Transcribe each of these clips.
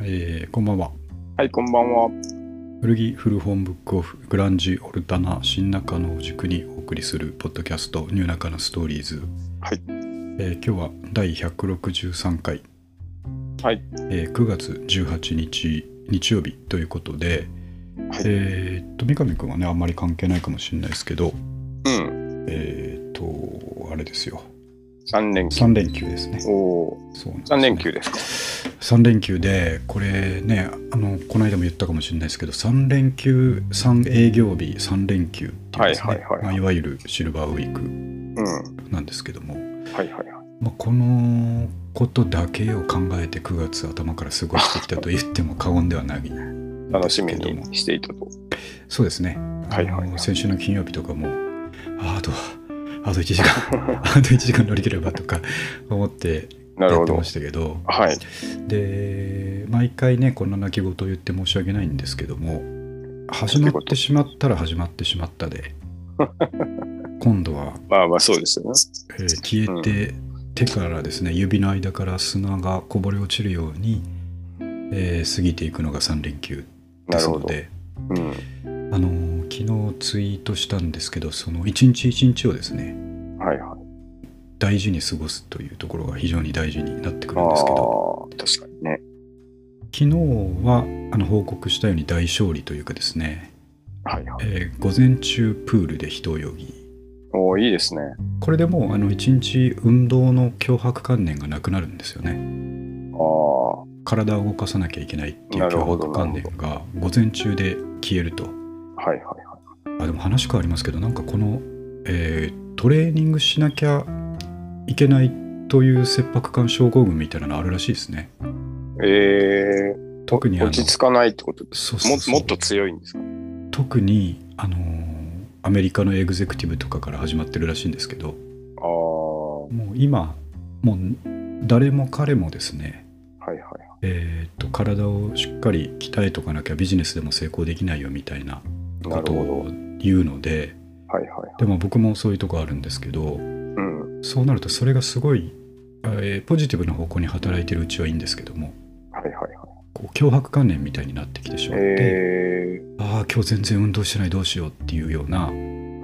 こんばんは。 はい、こんばんは。 古着古本ブックオフグランジオルタナ新中野を軸にお送りするポッドキャストニューナカのストーリーズ。 はい。 今日は第163回、 はい。 9月18日日曜日ということで、 はい。 三上くんはねあんまり関係ないかもしれないですけど、 うん。 あれですよ。 3連休。 3連休ですね。 おー。 そうなんですね。 3連休ですか。 3連休で、これね、この間も言ったかもしれないですけど、3連休、3営業日、3連休っていうですね、いわゆるシルバーウィークなんですけども、このことだけを考えて9月頭から過ごしてきたと言っても過言ではない楽しみにしていたと。 そうですね。先週の金曜日とかも、あと1時間、あと1時間乗り切ればとか思ってやってましたけど、 はい。 で毎回ねこんな泣き言を言って申し訳ないんですけども、始まってしまったら始まってしまったで今度はまあそうですよね。 消えて、手からですね、指の間から砂がこぼれ落ちるように、過ぎていくのが3連休ですので、昨日ツイートしたんですけど、その一日一日をですね、大事に過ごすというところが非常に大事になってくるんですけど、 確かにね。 昨日は報告したように大勝利というかですね、午前中プールで一泳ぎ。 おー、いいですね。 これでもう一日運動の強迫観念がなくなるんですよね。体を動かさなきゃいけないっていう強迫観念が午前中で消えると。でも話変わりますけど、なんかこの、トレーニングしなきゃいけないという切迫感症候群みたいなのあるらしいですね。特に落ち着かないってことですか。 そうもっと強いんですか。 特にアメリカのエグゼクティブとかから始まってるらしいんですけど、もう今もう誰も彼もですね、体をしっかり鍛えとかなきゃビジネスでも成功できないよみたいなことを言うので、でも僕もそういうとこあるんですけど、そうなるとそれがすごい、ポジティブな方向に働いてるうちはいいんですけども、こう強迫観念みたいになってきてしまって、今日全然運動してないどうしようっていうような、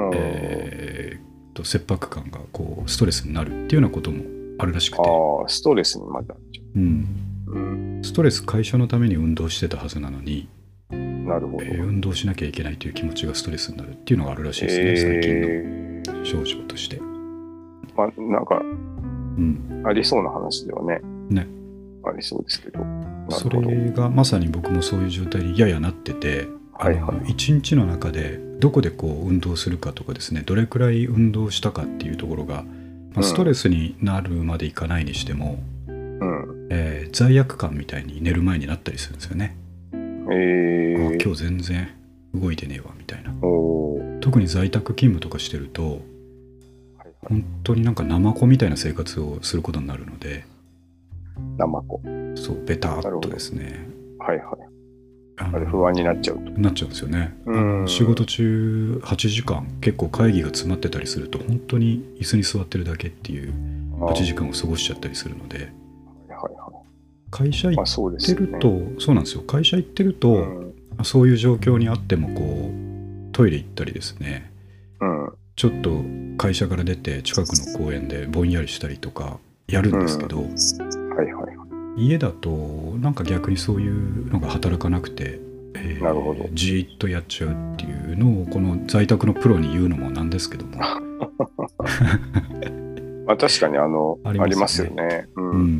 切迫感がこうストレスになるっていうようなこともあるらしくて。 ストレスにまでなっちゃう。ストレス解消のために運動してたはずなのに、運動しなきゃいけないという気持ちがストレスになるっていうのがあるらしいですね、最近の症状として。 なんか、ありそうな話ではね。ありそうですけど。 それがまさに僕もそういう状態にややなってて、一日の中でどこでこう運動するかとかですね、どれくらい運動したかっていうところが、ストレスになるまでいかないにしても、罪悪感みたいに寝る前になったりするんですよね。今日全然動いてねえわみたいな。特に在宅勤務とかしてると、本当になんかナマコみたいな生活をすることになるので。 ナマコ。 そう、ベターっとですね。 あれ不安になっちゃうと。 なっちゃうんですよね。仕事中8時間結構会議が詰まってたりすると、本当に椅子に座ってるだけっていう8時間を過ごしちゃったりするので、会社行ってると、そうなんですよ。会社行ってると、そういう状況にあってもこうトイレ行ったりですね、ちょっと会社から出て近くの公園でぼんやりしたりとかやるんですけど、家だとなんか逆にそういうのが働かなくて、じーっとやっちゃうっていうのをこの在宅のプロに言うのもなんですけども確かにありますよね。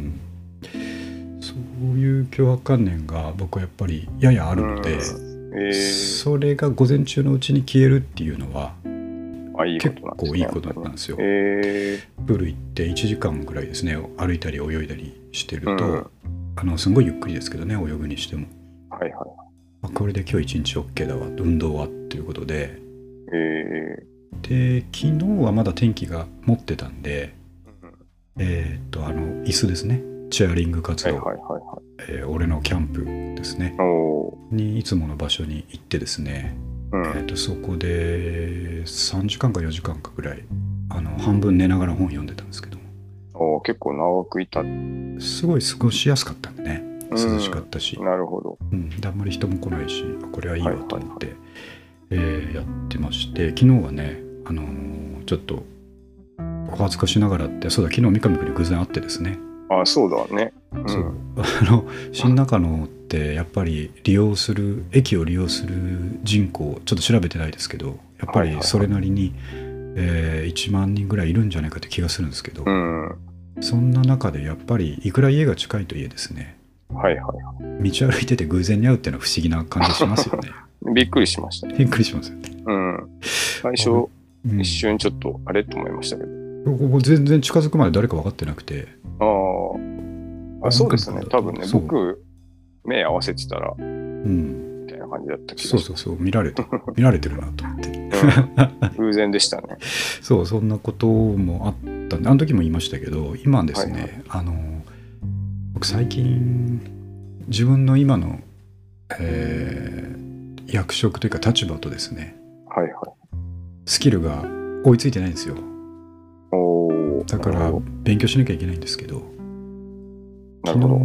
そういう強迫観念が僕はやっぱりややあるので、それが午前中のうちに消えるっていうのは結構いいことなんですよ。プール行って1時間ぐらいですね、歩いたり泳いだりしてると、すごいゆっくりですけどね、泳ぐにしても、これで今日一日 OK だわ、運動はっていうことで、で昨日はまだ天気が持ってたんで、椅子ですね、チェアリング活動、俺のキャンプですねにいつもの場所に行ってですね、そこで3時間か4時間かぐらい半分寝ながら本読んでたんですけども、 結構長くいた。 すごい過ごしやすかったんでね、 涼しかったし、 なるほど。 であんまり人も来ないし、これはいいわと思って、やってまして、昨日はね、ちょっとお恥ずかしながらって、そうだ、昨日三上君に偶然会ってですね。 あ、そうだね。 そう新中野ってやっぱり駅を利用する人口ちょっと調べてないですけど、やっぱりそれなりに、1万人ぐらいいるんじゃないかって気がするんですけど、そんな中でやっぱりいくら家が近いといえですね、道歩いてて偶然に会うっていうのは不思議な感じしますよね。 びっくりしましたね。 びっくりしますよね。 最初、一瞬ちょっとあれと思いましたけど、 全然近づくまで誰か分かってなくて、 そうですね、多分ね、僕目合わせてたら、みたいな感じだった気がします。 見られてるなと思って、 偶然でしたね。 そんなこともあったんで、あの時も言いましたけど、今ですね、僕最近自分の今の、役職というか立場とですね、スキルが追いついてないんですよ。だから勉強しなきゃいけないんですけど、昨日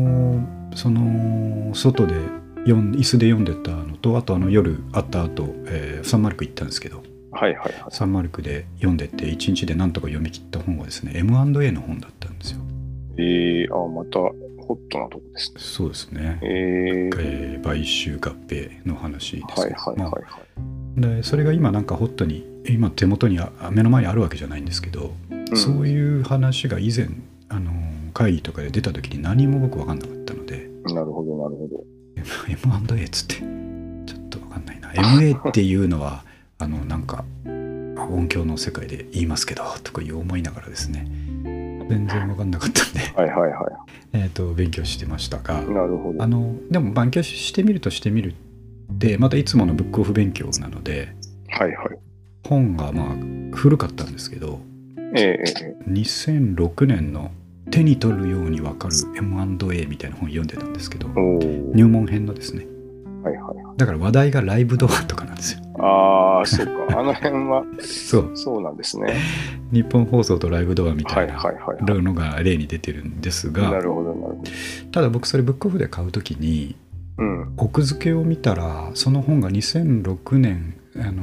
外で椅子で読んでたのと、あと夜会った後、サンマルク行ったんですけど、サンマルクで読んでて1日でなんとか読み切った本はですね、 M&A の本だったんですよ。 またホットなとこですね。 そうですね、買収合併の話ですけど、でそれが今なんかホットに今手元に目の前にあるわけじゃないんですけど、そういう話が以前会議とかで出た時に何も僕分かんなかったので、 なるほどなるほど。 M&A っつってちょっと分かんないな。MA っていうのはなんか音響の世界で言いますけどとか思いながらですね、全然分かんなかったんで勉強してましたが、 なるほど。 でも勉強してみるってまたいつものブックオフ勉強なので、本が古かったんですけど、2006年の手に取るように分かる M&A みたいな本読んでたんですけど、入門編のですね、だから話題がライブドアとかなんですよ。 そうか、あの辺はそうなんですね。 日本放送とライブドアみたいなのが例に出てるんですが、 なるほどなるほど。 ただ僕それブックオフで買うときに、奥付けを見たらその本が2006年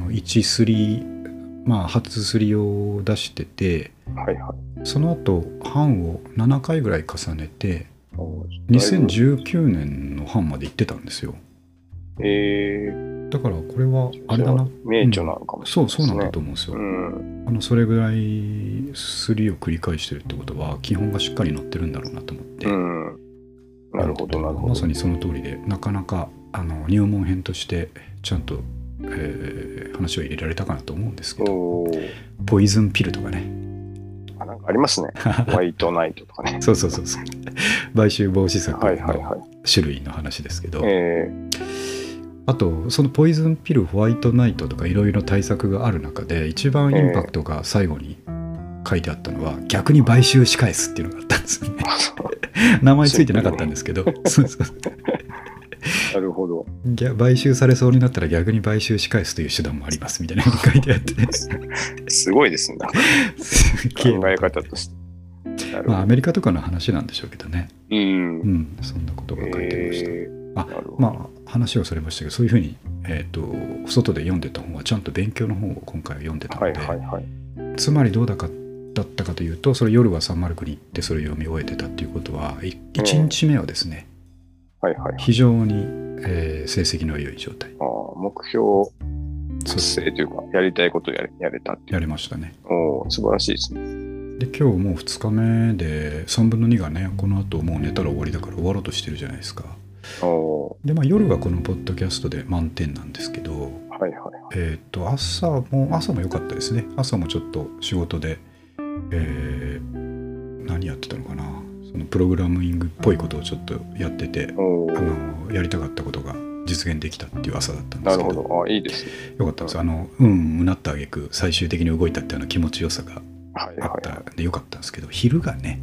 初すりを出してて、その後版を7回ぐらい重ねて2019年の版まで行ってたんですよ。だからこれはあれだな、 名著なのかもしれないですね。 そうなんだと思うんですよ。それぐらいすりを繰り返してるってことは基本がしっかり載ってるんだろうなと思って、 なるほどなるほど。 まさにその通りで、なかなか入門編としてちゃんと、話を入れられたかなと思うんですけど、ポイズンピルとかね、 なんかありますね。ホワイトナイトとかね。 そう買収防止策の種類の話ですけど、あとそのポイズンピル、ホワイトナイトとかいろいろ対策がある中で一番インパクトが最後に書いてあったのは、逆に買収し返すっていうのがあったんですよね。名前ついてなかったんですけど、 なるほど。 買収されそうになったら逆に買収し返すという手段もありますみたいなのが書いてあって、 すごいですね。考え方として。 アメリカとかの話なんでしょうけどね。そんなことが書いてました。話はそれましたけど、そういうふうに、外で読んでた本はちゃんと勉強の本を今回は読んでたので、つまりどうだったかというと、それ夜はサンマルクに行ってそれを読み終えてたっていうことは、1日目はですね、非常に、成績の良い状態。 目標達成というか、やりたいことをやれたっていう。 やれましたね。 素晴らしいですね。 で今日もう2日目で3分の2がね、この後もう寝たら終わりだから終わろうとしてるじゃないですか。で夜はこのポッドキャストで満点なんですけど、朝も良かったですね。朝もちょっと仕事で、何やってたのかな、そのプログラミングっぽいことをちょっとやってて、やりたかったことが実現できたっていう朝だったんですけど。 なるほど。いいですね。 よかったです。うなった挙句最終的に動いたっていう気持ちよさがあったんでよかったんですけど、昼がね、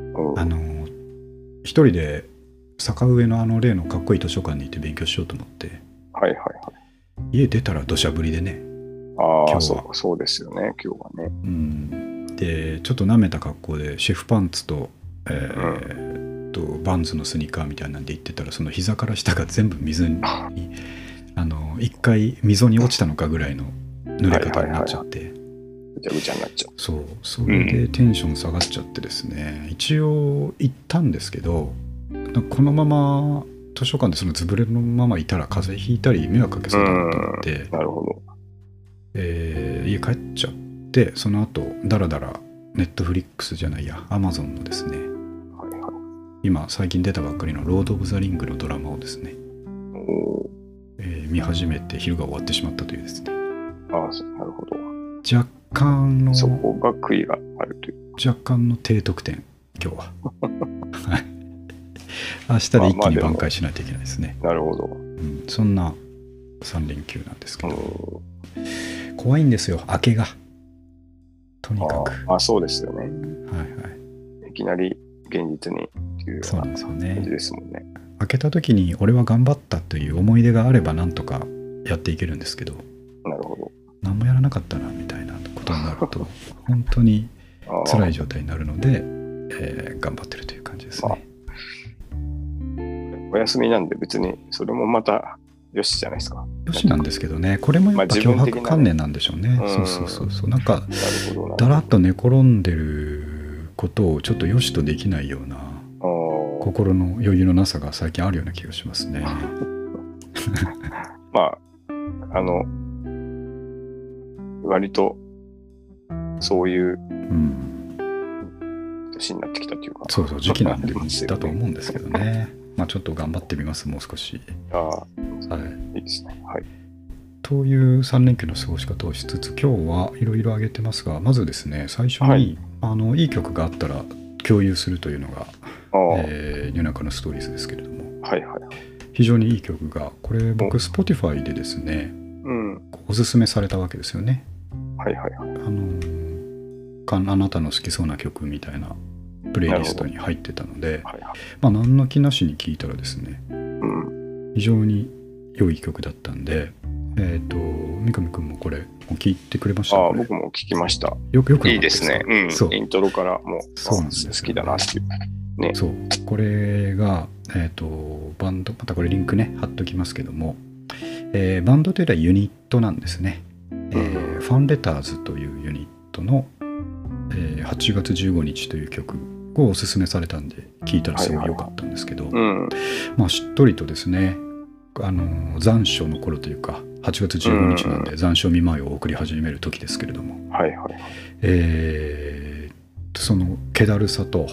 一人で坂上の例のかっこいい図書館に行って勉強しようと思って、家出たら土砂降りでね。 今日はそうですよね、今日はね。 でちょっと舐めた格好でシェフパンツと、 バンズのスニーカーみたいなんで行ってたら、その膝から下が全部水に一回溝に落ちたのかぐらいの濡れ方になっちゃって、 ぐちゃぐちゃになっちゃう。 そう、それでテンション下がっちゃってですね、一応行ったんですけど、このまま図書館でそのずぶ濡れのままいたら風邪ひいたり迷惑かけそうだなと思って、 なるほど。 家帰っちゃって、その後だらだらネットフリックスじゃないや、アマゾンのですね、今最近出たばっかりのロード・オブ・ザ・リングのドラマをですね、見始めて昼が終わってしまったというですね。 なるほど。 若干のそこが悔いがあるという。 若干の低得点、今日は。明日で一気に挽回しないといけないですね。 なるほど、 そんな3連休なんですけど、怖いんですよ、明けが。とにかく。 そうですよね。はいはい。いきなり現実にっていうような感じですもんね。 明けた時に俺は頑張ったという思い出があればなんとかやっていけるんですけど、 なるほど。 何もやらなかったなみたいなことになると本当に辛い状態になるので、頑張ってるという感じですね。 お休みなんで別にそれもまたよしじゃないですか。 よしなんですけどね、これもやっぱ脅迫観念なんでしょうね。そうなんかだらっと寝転んでることをちょっとよしとできないような心の余裕のなさが最近あるような気がしますね。 割とそういう年になってきたというか、 そう時期なんだと思うんですけどね。ちょっと頑張ってみます、もう少し。 いいですね。はい。 という3連休の過ごし方をしつつ、今日はいろいろ挙げてますが、まずですね、最初に、いい曲があったら共有するというのが、夜中のストーリーズですけれども、非常にいい曲が、これ僕 Spotify でですね、おすすめされたわけですよね。あなたの好きそうな曲みたいなプレイリストに入ってたので、何の気なしに聴いたらですね、非常に良い曲だったんで、三上くんもこれ聴いてくれましたか？ 僕も聴きました。 よくいいですね。イントロからもう好きだなっていうね。 そう、これがバンド、またこれリンクね貼っときますけども、バンドというのはユニットなんですね。ファンレターズというユニットの8月15日という曲をおすすめされたんで聴いたらすごい良かったんですけど、しっとりとですね、残暑の頃というか8月15日なんで残暑見舞いを送り始める時ですけれども、その気だるさと、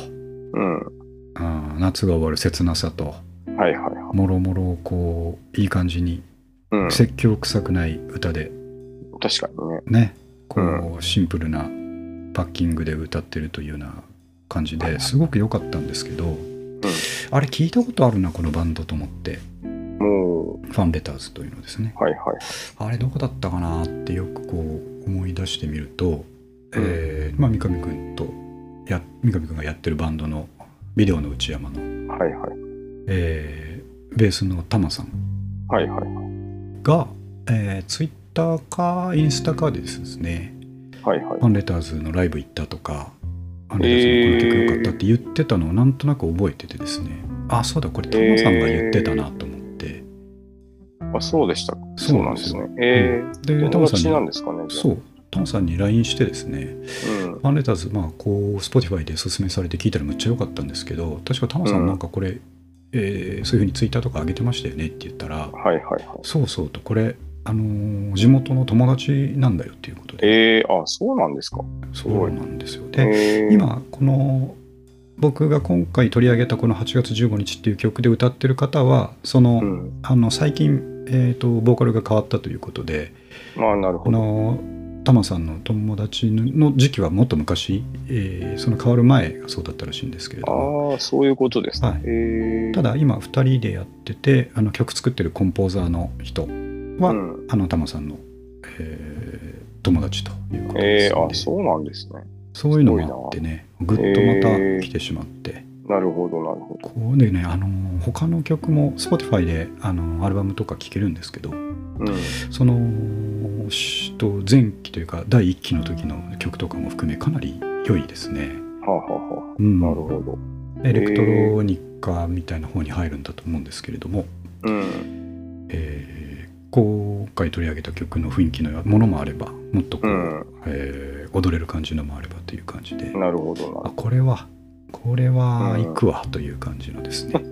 夏が終わる切なさと、もろもろこういい感じに説教臭くない歌で、 確かにね、 こうシンプルなパッキングで歌ってるというような感じですごく良かったんですけど、あれ聞いたことあるなこのバンドと思って、ファンレターズというのですね、あれどこだったかなってよくこう思い出してみると、三上くんがやってるバンドのビデオの内山の、ベースのタマさんが、ツイッターかインスタかでですね、ファンレターズのライブ行ったとか、ファンレターズのこの曲良かったって言ってたのをなんとなく覚えててですね、そうだこれタマさんが言ってたなと思って、 そうでした。 そうなんですよ。 で、タマさんなんですかね。 タマさんに LINE してですね、ファンレターズこう Spotify でおすすめされて聞いたらむっちゃ良かったんですけど、確かタマさんなんかこれ、そういうふうにツイッターとか上げてましたよねって言ったら、そうそうと、これ地元の友達なんだよっていうことで。 そうなんですか。 そうなんですよ。で、今この僕が今回取り上げたこの8月15日っていう曲で歌ってる方はその、最近、ボーカルが変わったということで、 なるほど。 タマさんの友達の時期はもっと昔、その変わる前がそうだったらしいんですけれども、 そういうことですね。 ただ今2人でやってて、曲作ってるコンポーザーの人は、タマさんの、友達ということですので、 そうなんですね。 そういうのがあってね、ぐっとまた来てしまって、 なるほどなるほど。 こうでね、他の曲も Spotify でアルバムとか聴けるんですけど、その前期というか第1期の時の曲とかも含めかなり良いですね。 なるほど。 エレクトロニッ家みたいな方に入るんだと思うんですけれども、 うん、 今回取り上げた曲の雰囲気のものもあれば、もっとこう、踊れる感じのもあればという感じで、 なるほどな。 これは行くわという感じのですね。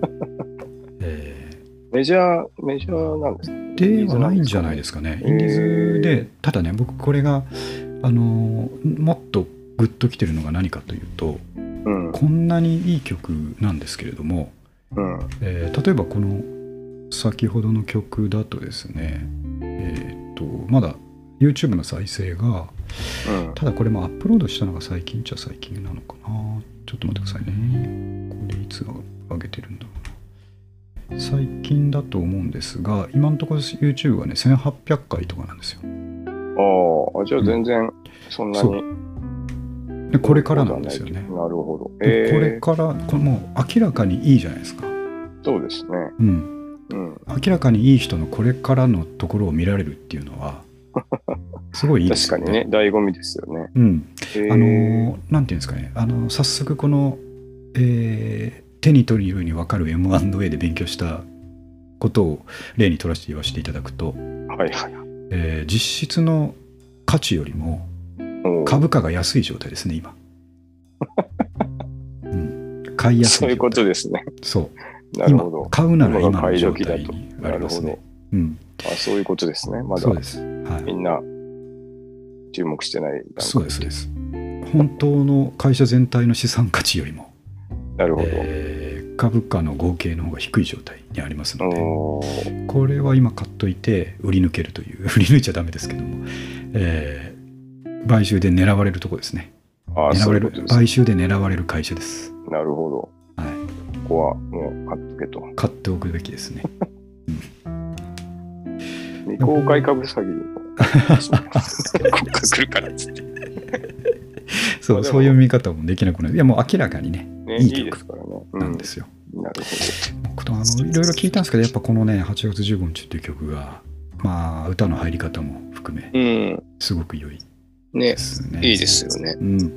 メジャーなんですか？ ではないんじゃないですかね。インディーズで、ただね、僕これがもっとグッときてるのが何かというと、こんなにいい曲なんですけれども、例えばこの先ほどの曲だとですね、まだ YouTube の再生が、ただこれもアップロードしたのが最近っちゃ最近なのかな。ちょっと待ってくださいね。これいつ上げてるんだろうな。最近だと思うんですが、今のところ YouTube はね1800回とかなんですよ。 じゃあ全然そんなに、 でこれからなんですよね。なるほど。これからもう明らかにいいじゃないですか。 そうですね。 明らかにいい人のこれからのところを見られるっていうのはすごいいいですよね。 確かにね、醍醐味ですよね。 なんていうんですかね、早速この、手に取るように分かる M&A で勉強したことを例にとらせて言わせていただくと、実質の価値よりも株価が安い状態ですね今。買いやすい状態。そういうことですね。そう。なるほど。買うなら今の状態にありますね。そういうことですね。まだそうです、みんな注目してない段階。そうです。本当の会社全体の資産価値よりも、なるほど、株価の合計の方が低い状態にありますので、これは今買っといて売り抜けるという、売り抜いちゃダメですけども、買収で狙われるところですね。買収で狙われる会社です。なるほど。ここはもう買っとけと。買っておくべきですね。未公開株詐欺に国家来るからっつって。そういう見方もできなくない。いやもう明らかにね、いい曲なんですよ。なるほど。いろいろ聞いたんですけど、やっぱこのね8月15日っていう曲が、まあ歌の入り方も含め、すごく良いですね。いいですよね。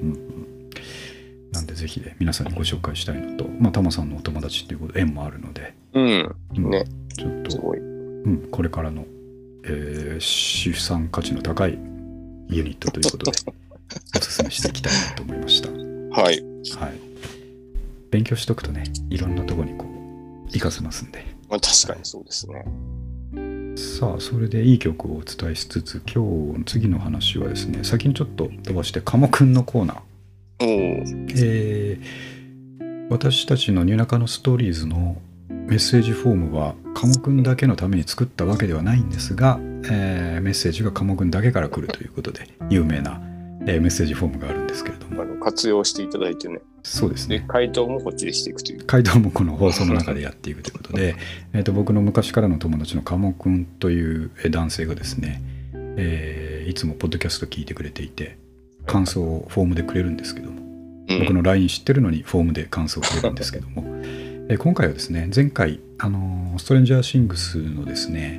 なんでぜひね皆さんにご紹介したいのと、タマさんのお友達っていうこと縁もあるので、ちょっとこれからの資産価値の高いユニットということでおすすめしていきたいなと思いました。はい。勉強しとくとね、いろんなところにこう活かせますんで。確かにそうですね。さあ、それでいい曲をお伝えしつつ、今日次の話はですね、先にちょっと飛ばしてカモくんのコーナー。私たちのニューナカのストーリーズのメッセージフォームはカモくんだけのために作ったわけではないんですが、メッセージがカモくんだけから来るということで有名な、メッセージフォームがあるんですけれども、活用していただいてね。そうですね。で回答もこっちでしていくという。回答もこの放送の中でやっていくということで僕の昔からの友達のカモくんという男性がですね、いつもポッドキャスト聞いてくれていて感想をフォームでくれるんですけども、僕の LINE 知ってるのにフォームで感想をくれるんですけども今回はですね、前回ストレンジャーシングスのですね、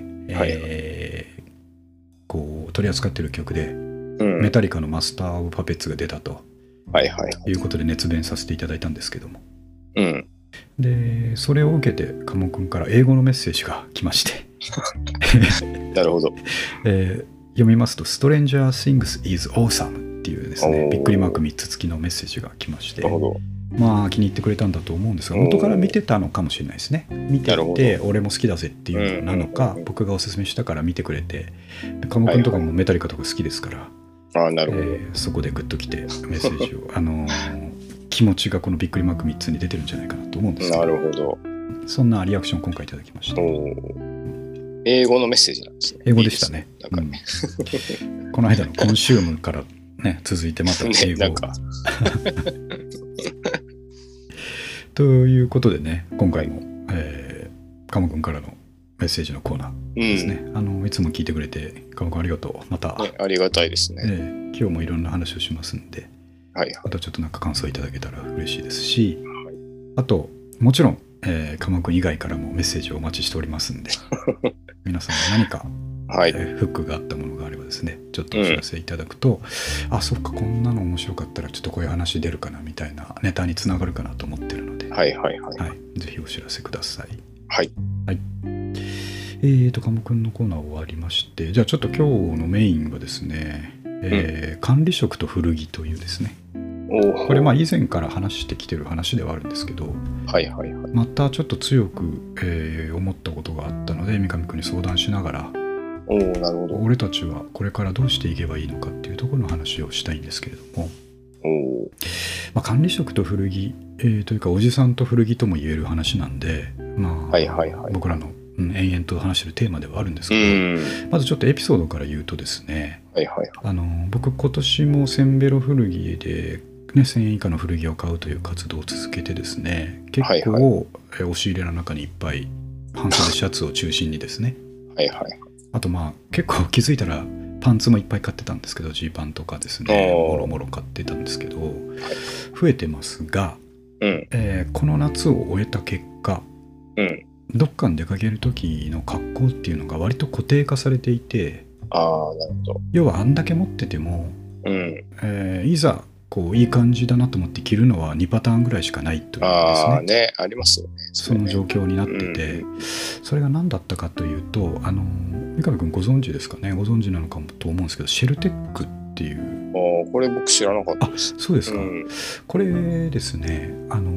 こう取り扱っている曲で、メタリカのマスター・オブ・パペッツが出たと、いうことで熱弁させていただいたんですけども、でそれを受けてカモくんから英語のメッセージが来ましてなるほど、読みますと「ストレンジャーシングス is awesome」っていうですねびっくりマーク3つ付きのメッセージが来まして、まあ気に入ってくれたんだと思うんですが、元から見てたのかもしれないですね。見てて俺も好きだぜっていうのなのか、僕がおすすめしたから見てくれて、カモくんとかもメタリカとか好きですから、なるほど、そこでグッときてメッセージを気持ちがこのびっくりマーク3つに出てるんじゃないかなと思うんですけど、なるほど、そんなリアクション今回いただきました。英語のメッセージなんですね。英語でしたね。なんかねこの間のコンシュームからね続いてまた英語、なんかということでね、今回も、カモくんからのメッセージのコーナーですね。いつも聞いてくれてカモくんありがとう。また、ありがたいですね。今日もいろんな話をしますんで、またちょっとなんか感想いただけたら嬉しいですし、あともちろん、カモくん以外からもメッセージをお待ちしておりますんで皆さん何か、フックがあったものがあればですねちょっとお知らせいただくと、あ、そっか、こんなの面白かったらちょっとこういう話出るかなみたいなネタにつながるかなと思ってるので、 はいはいはい、 はい、ぜひお知らせください。 はい、 はい。鴨くんのコーナー終わりまして、じゃあちょっと今日のメインはですね、管理職と古着というですね、これ以前から話してきてる話ではあるんですけど、 はいはいはい、 またちょっと強く、思ったことがあったので三上くんに相談しながら、 なるほど、 俺たちはこれからどうしていけばいいのかっていうところの話をしたいんですけれども、管理職と古着、というかおじさんと古着とも言える話なんで、僕らの延々と話してるテーマではあるんですけど、まずちょっとエピソードから言うとですね、僕今年もセンベロ古着で、1000円以下の古着を買うという活動を続けてですね、結構、押し入れの中にいっぱい半袖シャツを中心にですね、あと結構気づいたらパンツもいっぱい買ってたんですけど、ジーパンとかですね、もろもろ買ってたんですけど、増えてますが、この夏を終えた結果、どっかに出かける時の格好っていうのが割と固定化されていて、要はあんだけ持ってても、いざこういい感じだなと思って着るのは2パターンぐらいしかないというですね、 ありますよね。 その状況になってて、それが何だったかというと、三上君ご存知ですかね、ご存知なのかもと思うんですけど、シェルテックっていう。 これ僕知らなかったです。 そうですか。これですね、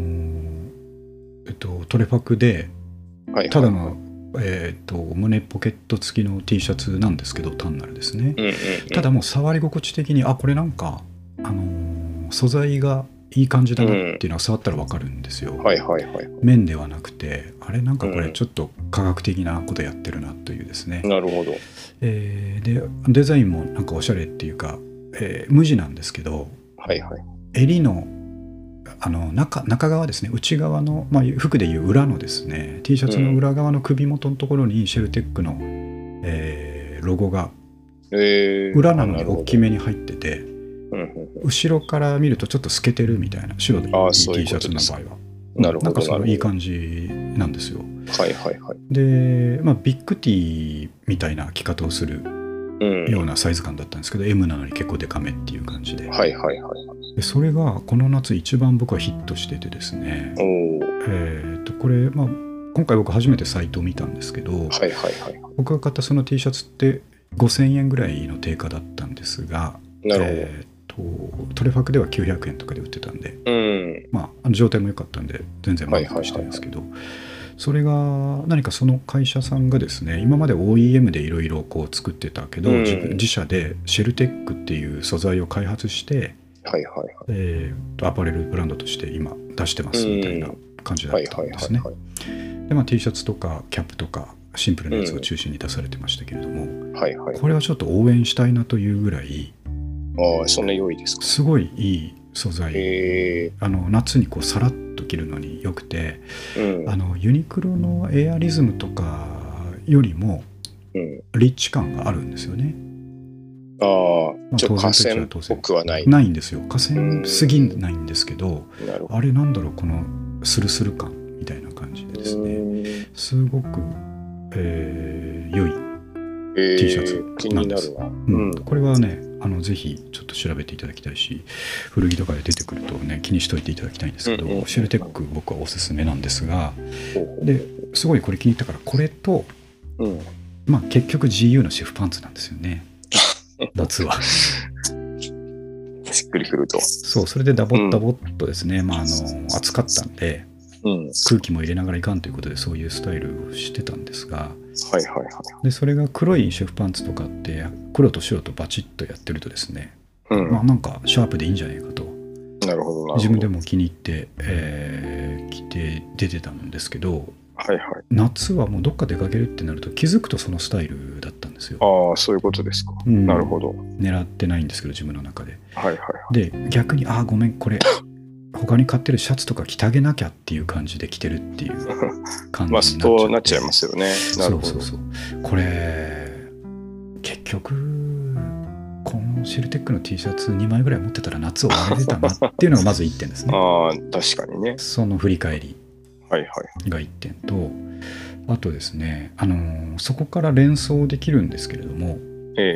トレファクでただの、胸ポケット付きの T シャツなんですけど、単なるですね、ただもう触り心地的にこれなんか素材がいい感じだなっていうのは触ったら分かるんですよ。面ではなくて、あれなんかこれちょっと科学的なことやってるなというですね。 なるほど。 でデザインもなんかおしゃれっていうか、無地なんですけど、襟の中側ですね、内側の、服でいう裏のですね、 T シャツの裏側の首元のところにシェルテックの、ロゴが裏なのに大きめに入ってて、後ろから見るとちょっと透けてるみたいな、白でいい T シャツの場合は。なんかそのいい感じなんですよ。で、ビッグ T みたいな着方をするようなサイズ感だったんですけど、M なのに結構デカめっていう感じで、でそれがこの夏一番僕はヒットしててですね、これ今回僕初めてサイトを見たんですけど、僕が買ったその T シャツって5000円ぐらいの定価だったんですが、トレファクでは900円とかで売ってたんで、状態も良かったんで全然満足してるんですけど、それが何かその会社さんがですね、今まで OEM でいろいろこう作ってたけど、自社でシェルテックっていう素材を開発して、アパレルブランドとして今出してますみたいな感じだったんですね。でT シャツとかキャップとかシンプルなやつを中心に出されてましたけれども、これはちょっと応援したいなというぐらい、 そんな良いですか。 すごいいい素材、夏にこうさらっと着るのによくて、ユニクロのエアリズムとかよりもリッチ感があるんですよね。 ちょっと河川っぽくはないんですよ。河川すぎないんですけど、あれなんだろう、このスルスル感みたいな感じでですね、すごく、良い T シャツなんです。これはね、ぜひちょっと調べていただきたいし、古着とかで出てくるとね、気にしといていただきたいんですけど、シェルテック僕はおすすめなんですが、ですごいこれ気に入ったから、これと、結局 GU のシェフパンツなんですよね、夏は。 しっくりくると。 そう、それでダボッダボッとですね、暑かったんで、空気も入れながらいかんということでそういうスタイルをしてたんですが、でそれが黒いシェフパンツとかって黒と白とバチッとやってるとですね、なんかシャープでいいんじゃないかと、自分でも気に入って、着て出てたんですけど、夏はもうどっか出かけるってなると気づくとそのスタイルだったんですよ。 そういうことですか。なるほど。 狙ってないんですけど自分の中で。で逆にごめん、これ他に買ってるシャツとか着てあげなきゃっていう感じで着てるっていう感じになっちゃって、 そうなっちゃいますよね。なるほど。 そうこれ結局このシェルテックの T シャツ2枚ぐらい持ってたら夏終われてたなっていうのがまず1点ですね。 確かにね。 その振り返りが1点と、あとですね、そこから連想できるんですけれども、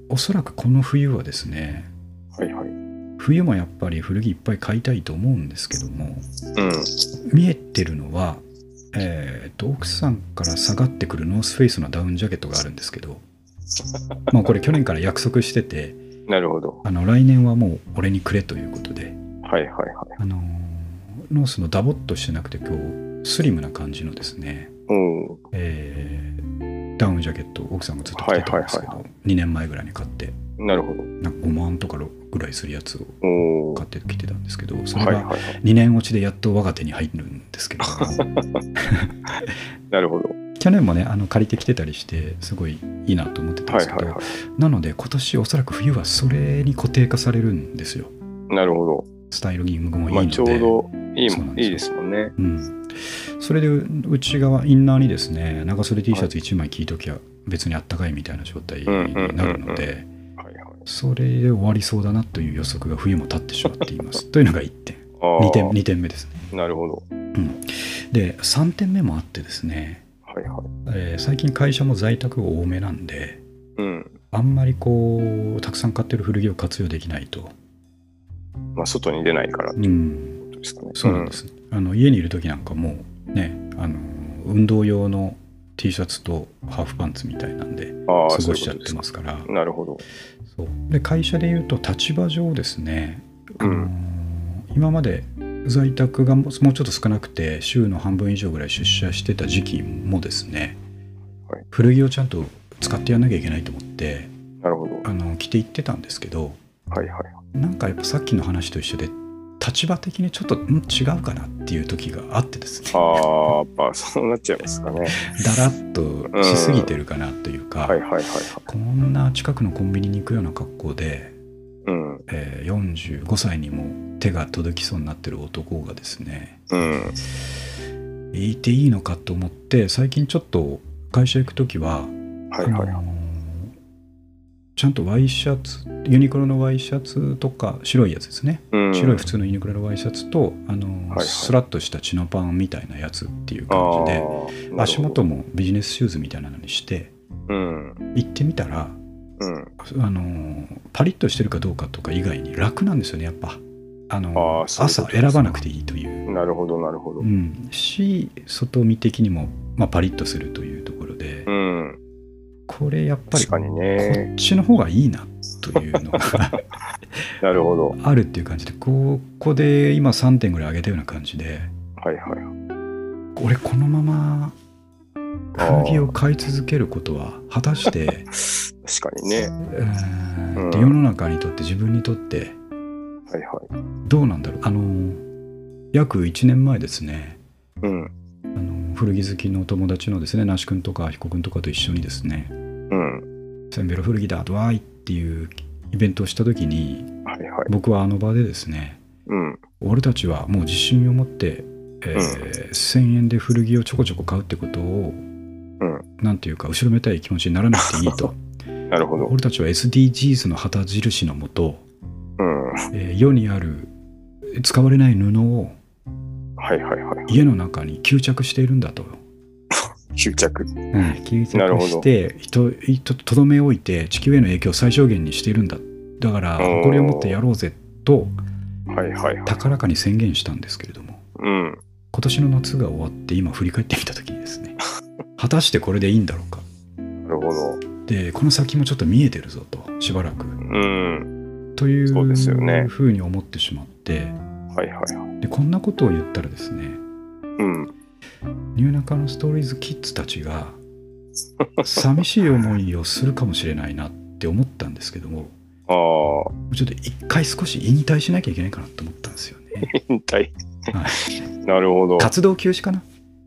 おそらくこの冬はですね、 はいはい、 冬もやっぱり古着いっぱい買いたいと思うんですけども、 うん、 見えてるのは、奥さんから下がってくるノースフェイスのダウンジャケットがあるんですけどもうこれ去年から約束してて、 なるほど、 来年はもう俺にくれということで、 はいはいはい、 ノースのダボっとしてなくてこうスリムな感じのですね、ダウンジャケットを奥さんがずっと着てたんですけど、2年前ぐらいに買って、 なるほど、 なんか5万とかぐらいするやつを買ってきてたんですけど、それが2年落ちでやっと我が手に入るんですけどなるほど。 去年もね借りてきてたりしてすごいいいなと思ってたんですけど、なので今年おそらく冬はそれに固定化されるんですよ。 なるほど。 スタイルギングもいいので、 ちょうどいいですもんね。 うん、それで内側インナーにですね、長袖 T シャツ1枚着いときは別にあったかいみたいな状態になるので、それで終わりそうだなという予測が冬も立ってしまっていますというのが1点。2点目ですね。 なるほど。 うん、で3点目もあってですね、 はいはい、 最近会社も在宅が多めなんで、 うん、 あんまりこうたくさん買ってる古着を活用できないと、 まあ、外に出ないからっていうことですかね。 そうなんです、家にいる時なんかもうね、運動用の T シャツとハーフパンツみたいなんで過ごしちゃってますから。 なるほど。 そうで会社でいうと立場上ですね、今まで在宅がもうちょっと少なくて週の半分以上ぐらい出社してた時期もですね、はい、古着をちゃんと使ってやんなきゃいけないと思って、 なるほど、 着ていってたんですけど、 はいはい、なんかやっぱさっきの話と一緒で立場的にちょっと違うかなっていう時があってですね、 やっぱそうなっちゃいますかね。 だらっとしすぎてるかなというか、こんな近くのコンビニに行くような格好で、45歳にも手が届きそうになってる男がですね、いていいのかと思って最近ちょっと会社行くときは、ちゃんとワイシャツ、ユニクロのワイシャツとか白いやつですね、白い普通のユニクロのワイシャツとスラッとしたチノパンみたいなやつっていう感じで、足元もビジネスシューズみたいなのにして、行ってみたら、パリッとしてるかどうかとか以外に楽なんですよね、やっぱ朝選ばなくていいという。 なるほどなるほど。 し外見的にも、パリッとするというところで、これやっぱりこっちの方がいいなというのがなるほどあるっていう感じで、ここで今3点ぐらい上げたような感じで、俺このまま古着を買い続けることは果たして確かにね、 世の中にとって自分にとってどうなんだろう。約1年前ですね、古着好きの友達のですね、那須君とか彦君とかと一緒にですね、センベロ古着だとわーいっていうイベントをした時に、僕はあの場でですね、俺たちはもう自信を持って、1000円で古着をちょこちょこ買うってことを、なんていうか後ろめたい気持ちにならなくていいとなるほど。 俺たちは SDGs の旗印のもと、世にある使われない布を家の中に吸着しているんだと。 吸着してとどめ置いて地球への影響を最小限にしているんだ。だからこれを持ってやろうぜと高らかに宣言したんですけれども、今年の夏が終わって今振り返ってみた時にですね果たしてこれでいいんだろうか。 なるほど。 でこの先もちょっと見えてるぞとしばらく、というふうに思ってしまって、でこんなことを言ったらですね、ニューナカのストーリーズキッズたちが寂しい思いをするかもしれないなって思ったんですけども、ちょっと一回少し引退しなきゃいけないかなと思ったんですよね。 引退、なるほど。 活動休止かな。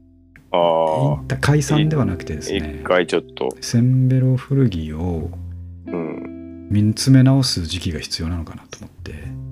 解散ではなくてですね、 一回ちょっとセンベロ古着を見つめ直す時期が必要なのかなと思って、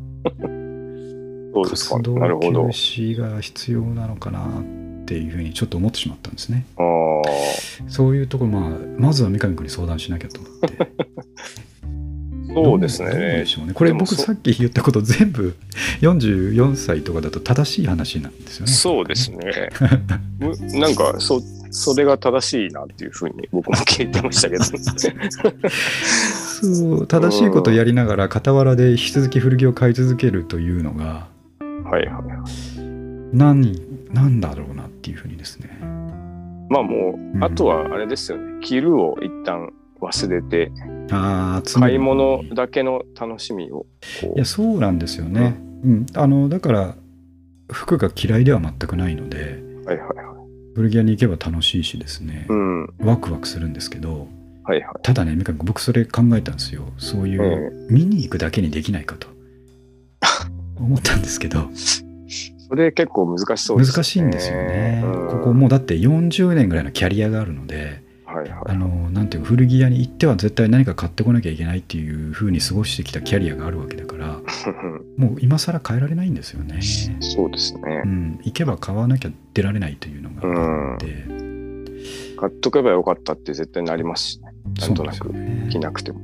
活動休止が必要なのかなっていうふうにちょっと思ってしまったんですね。そういうところ、まずは三上君に相談しなきゃと思ってそうですね。 どうでしょうね。これ僕さっき言ったこと全部44歳とかだと正しい話なんですよね。 そうですね。なんかそれが正しいなっていうふうに僕も聞いてましたけどそう正しいことをやりながら傍らで引き続き古着を買い続けるというのが、 はいはいはい、 なんだろうなっていうふうにですね。 まあもう、あとはあれですよね、着るを一旦忘れて、買い物だけの楽しみを。 いやそうなんですよね、だから服が嫌いでは全くないので、 はいはいはい、 古着屋に行けば楽しいしですね、ワクワクするんですけど、 はいはい、 ただね、僕それ考えたんですよ。そういう、見に行くだけにできないかと思ったんですけどそれ結構難しそうですね。 難しいんですよね、ここもうだって40年ぐらいのキャリアがあるので、 はいはい、 なんていうか古着屋に行っては絶対何か買ってこなきゃいけないっていう風に過ごしてきたキャリアがあるわけだからもう今更変えられないんですよね。 そうですね、 行けば買わなきゃ出られないというのがあって、 買っとけばよかったって絶対なりますしね、なんとなく着なくても、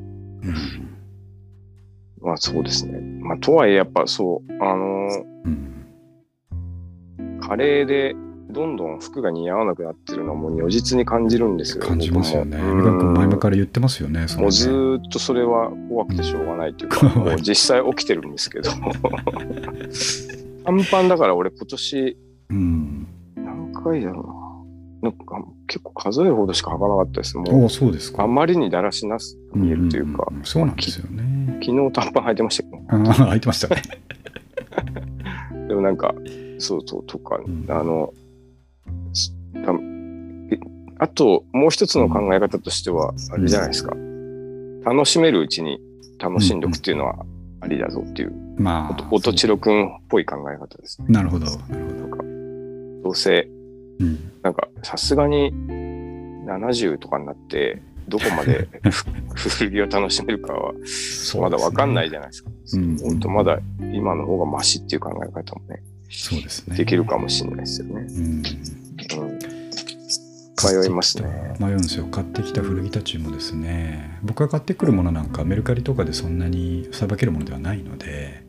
まあそうですね。まあとはいえやっぱそう加齢でどんどん服が似合わなくなってるのはもう如実に感じるんですよ。 感じますよね。三上君前々から言ってますよね。 もうずっとそれは怖くてしょうがないというか、もう実際起きてるんですけど短パンだから俺今年何回だろうな、なんか結構数えるほどしか履かなかったです。もうそうですか。 あまりにだらしなす見えるというか、 そうなんですよね。 昨日短パン履いてましたけど、 履いてましたねでもなんかそうそうとか、あともう一つの考え方としてはあれじゃないですか、楽しめるうちに楽しんでおくっていうのはありだぞっていう、音千代くんっぽい考え方ですね。 なるほど。 なんかどうせ、なんかさすがに70とかになってどこまで古着を楽しめるかはまだ分かんないじゃないですか。本当まだ今の方がマシっていう考え方もね、 そうですね、 できるかもしれないですよね。迷いますね。 迷うんですよ。買ってきた古着たちもですね、僕が買ってくるものなんかメルカリとかでそんなにさばけるものではないので、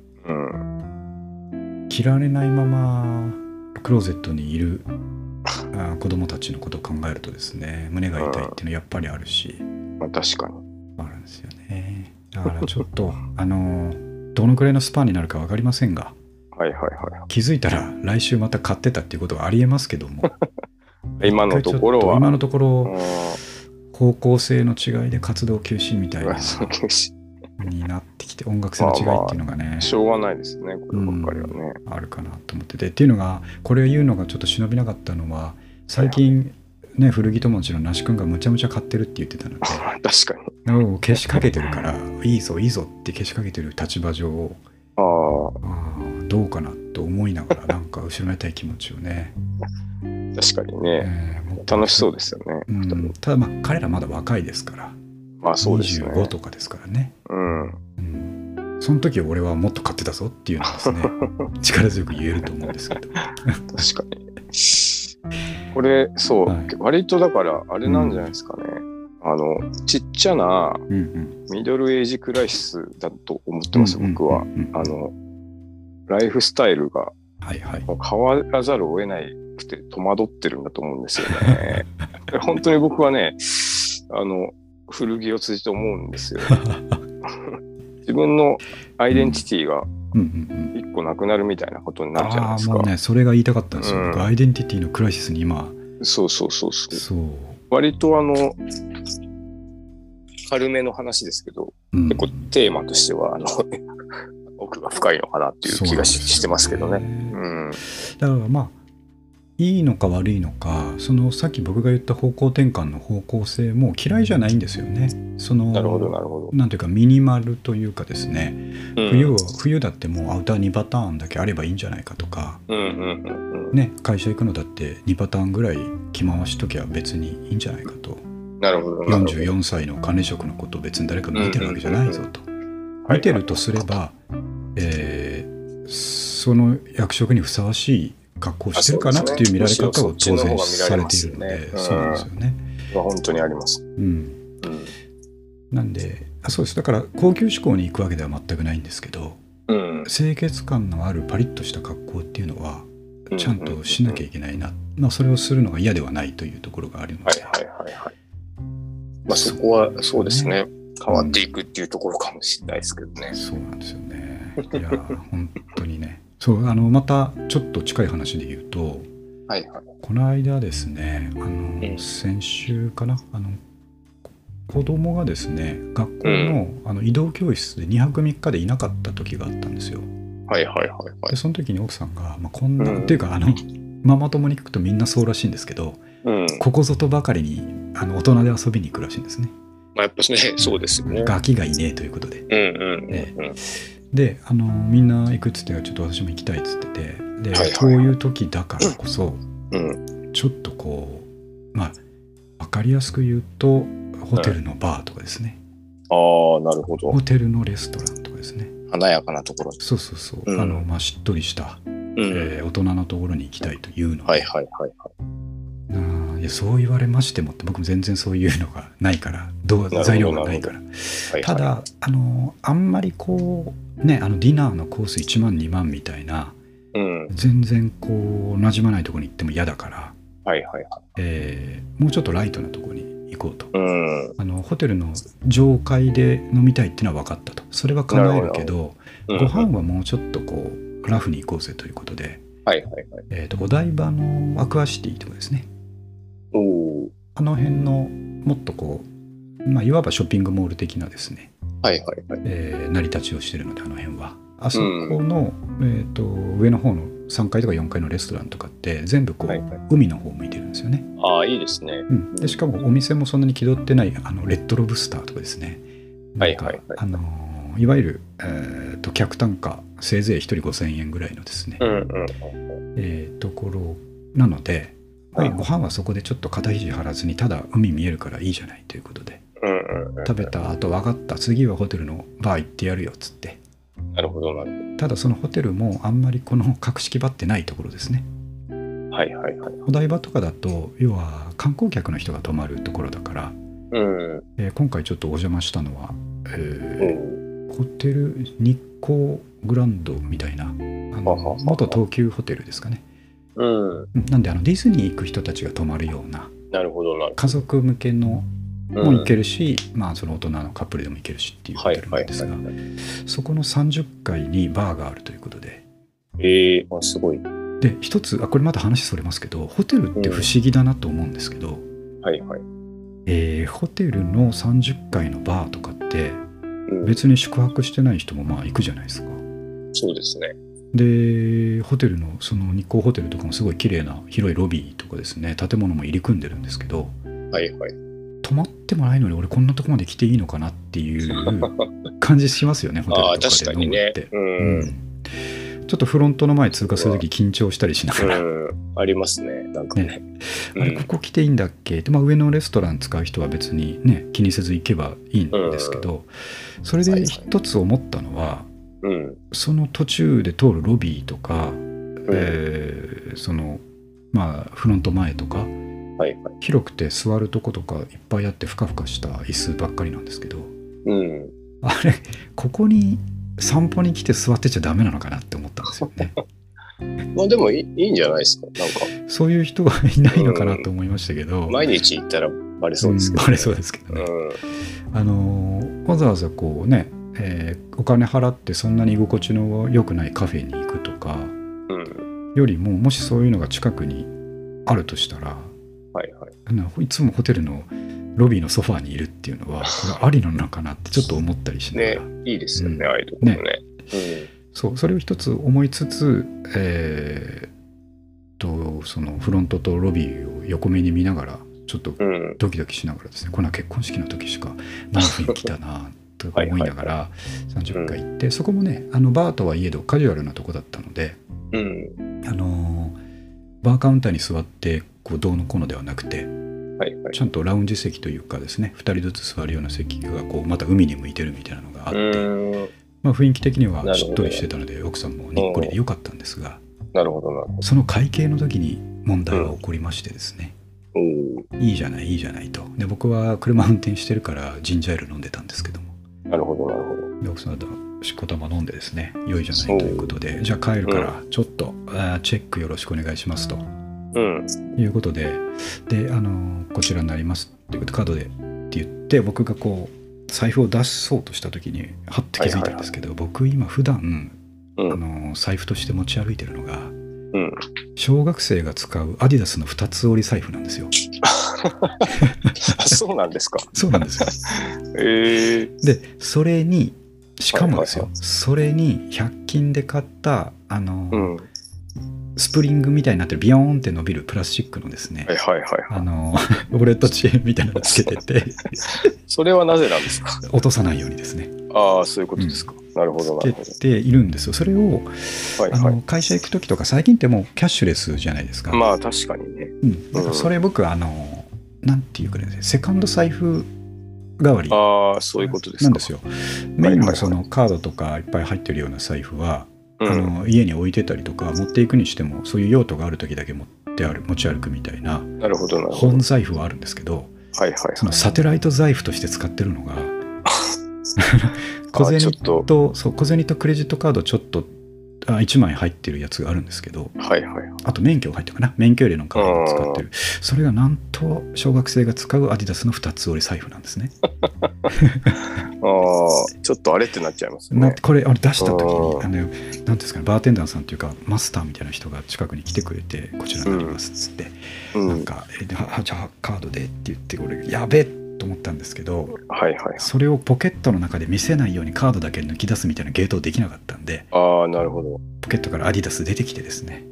着られないままクローゼットにいる子供たちのことを考えるとですね、胸が痛いっていうのはやっぱりあるし、 まあ確かにあるんですよね。だからちょっとどのくらいのスパンになるか分かりませんが、気づいたら来週また買ってたっていうことはありえますけども今のところ方向性の違いで活動休止みたいなになってきて、音楽性の違いっていうのがね、 しょうがないですね、こればっかりはね、 あるかなと思ってて、っていうのがこれを言うのがちょっと忍びなかったのは、最近ね、古着友達の那須くんがむちゃむちゃ買ってるって言ってたので確かに消しかけてるからいいぞいいぞって消しかけてる立場上、どうかなと思いながら、なんか後ろめたい気持ちをね確かにね、楽しそうですよね、 ただ彼らまだ若いですから、 まあそうですね、 25とかですからね、その時俺はもっと買ってたぞっていうのはですね力強く言えると思うんですけど確かにこれそう、割とだからあれなんじゃないですかね、ちっちゃなミドルエイジクライシスだと思ってます、僕は。ライフスタイルが変わらざるを得なくて戸惑ってるんだと思うんですよね。本当に僕はね、古着を通じて思うんですよ。自分のアイデンティティが一個なくなるみたいなことになるじゃないですか。 もうね、それが言いたかったんですよ。アイデンティティのクライシスに今。 そう。割と軽めの話ですけど、結構テーマとしては奥が深いのかなっていう気がしてますけどね。 だからまあいいのか悪いのか、そのさっき僕が言った方向転換の方向性も嫌いじゃないんですよね。 なるほど。 なんていうかミニマルというかですね、冬だってもうアウター2パターンだけあればいいんじゃないかとか、ね、会社行くのだって2パターンぐらい着回しときゃ別にいいんじゃないかと。 なるほど。 44歳の管理職のことを別に誰か見てるわけじゃないぞと。見てるとすれば、その役職にふさわしい格好をしてるかなっていう見られ方を当然されているので、そうなんですよね。 本当にあります。 なんでそうです。だから高級志向に行くわけでは全くないんですけど、清潔感のあるパリッとした格好っていうのはちゃんとしなきゃいけないな、それをするのが嫌ではないというところがあります。 まあそこはそうですね。 変わっていくっていうところかもしれないですけどね。 そうなんですよね。いや本当にね。そうまたちょっと近い話で言うと、 はいはい、 この間ですね先週かな子供がですね学校の、移動教室で2泊3日でいなかった時があったんですよ。 はいはいはいはい。 でその時に奥さんが、こんな、っていうかママ友に聞くとみんなそうらしいんですけど、ここぞとばかりに大人で遊びに行くらしいんですね。 やっぱね、そうですよね。 ガキがいねえということで。でみんな行くっつってちょっと私も行きたいっつってて、で、こういう時だからこそ、ちょっとこう分かりやすく言うとホテルのバーとかですね。 ああ、なるほど。 ホテルのレストランとかですね。 華やかなところ。 そうそうそう。しっとりした、大人のところに行きたいというので。はいはいはいはい。いやそう言われましてもって僕も全然そういうのがないから材料がないから、ただあんまりこうねディナーのコース1万2万みたいな、全然こう馴染まないところに行っても嫌だから、もうちょっとライトなところに行こうと、ホテルの上階で飲みたいっていうのは分かったと。それは叶えるけど、ご飯はもうちょっとこうラフに行こうぜということで、お台場のアクアシティとかですね、あの辺のもっとこう、いわばショッピングモール的なですね、成り立ちをしているので、あの辺はあそこの、上の方の3階とか4階のレストランとかって全部こう、海の方向いてるんですよね。 ああ、いいですね。 でしかもお店もそんなに気取ってないレッドロブスターとかですね、いわゆる、客単価せいぜい1人5000円ぐらいのですね、ところなので、ご飯はそこでちょっと肩肘張らずにただ海見えるからいいじゃないということで、食べた後分かった次はホテルのバー行ってやるよっつって。 なるほどなるほど。 ただそのホテルもあんまりこの格式ばってないところですね。お台場とかだと要は観光客の人が泊まるところだから、今回ちょっとお邪魔したのは、ホテル日光グランドみたいな元東急ホテルですかね。なんでディズニー行く人たちが泊まるような、家族向けのも行けるし、その大人のカップルでも行けるしっていうホテルなんですが、そこの30階にバーがあるということで、 すごい。 で一つこれまた話それますけど、ホテルって不思議だなと思うんですけど、ホテルの30階のバーとかって別に宿泊してない人も行くじゃないですか。そうですね。でホテルのその日光ホテルとかもすごい綺麗な広いロビーとかですね、建物も入り組んでるんですけど、泊まってもないのに俺こんなとこまで来ていいのかなっていう感じしますよね。ホテルとかで飲むって、ちょっとフロントの前通過するとき緊張したりしながら、 ありますね。なんかね、 あれここ来ていいんだっけって、上のレストラン使う人は別にね気にせず行けばいいんですけど、それで一つ思ったのは、その途中で通るロビーとか、そのフロント前とか、広くて座るとことかいっぱいあってふかふかした椅子ばっかりなんですけど、あれここに散歩に来て座ってちゃダメなのかなって思ったんですよね。 でもいいんじゃないですか。なんかそういう人がいないのかなと思いましたけど、 毎日行ったらバレそうですけどね。 バレそうですけどね。わざわざこうね、お金払ってそんなに居心地の良くないカフェに行くとか、よりももしそういうのが近くにあるとしたら、いつもホテルのロビーのソファーにいるっていうのはこれありなのかなってちょっと思ったりしながら、 いいですよね、ああいうところね。 それを一つ思いつつ、そのフロントとロビーを横目に見ながらちょっとドキドキしながらですね、こんな結婚式の時しかない雰囲気だなと思いながら30回行って、そこもねバーとはいえどカジュアルなとこだったので、バーカウンターに座ってこうどうのこうのではなくて、ちゃんとラウンジ席というかですね、2人ずつ座るような席がこうまた海に向いてるみたいなのがあって、雰囲気的にはしっとりしてたので奥さんもにっこりで良かったんですが、その会計の時に問題が起こりましてですね、いいじゃないいいじゃないと。で僕は車運転してるからジンジャーエール飲んでたんですけども、で奥さんはしこたま飲んでですね、良いじゃないということで、じゃあ帰るからちょっとチェックよろしくお願いしますと、いうことで、こちらになりますっていうことカードでって言って、僕がこう財布を出そうとした時にはって気づいたんですけど、僕今普段、財布として持ち歩いてるのが、小学生が使うアディダスの2つ折り財布なんですよ。 そうなんですか。 そうなんですよ。でそれにしかもですよ、それに100均で買ったスプリングみたいになってるビヨーンって伸びるプラスチックのですね、ウォレットチェーンみたいなのつけててそれはなぜなんですか。 落とさないようにですね。 ああ、そういうことですか。なるほどなるほど。 つけているんですよ。それを、会社行く時とか最近ってもうキャッシュレスじゃないですか。 まあ確かにね。 だからそれ僕なんていうかね、セカンド財布代わりそういうことですか。 なんですよ。メインのそのカードとかいっぱい入ってるような財布は、家に置いてたりとか持っていくにしてもそういう用途がある時だけ持ち歩くみたいな本財布はあるんですけど、そのサテライト財布として使ってるのが小銭とクレジットカードちょっと1枚入ってるやつがあるんですけど、あと免許が入ってるかな、免許入れのカードを使ってる、それがなんと小学生が使うアディダスの2つ折り財布なんですね。 ちょっっとあれってなっちゃいますね。 これ出した時になんですかね、バーテンダーさんっていうかマスターみたいな人が近くに来てくれて、こちらになりますっつって、なんかじゃあカードでって言って、これやべえと思ったんですけど、それをポケットの中で見せないようにカードだけ抜き出すみたいなゲートできなかったんで、 なるほど。 ポケットからアディダス出てきてですね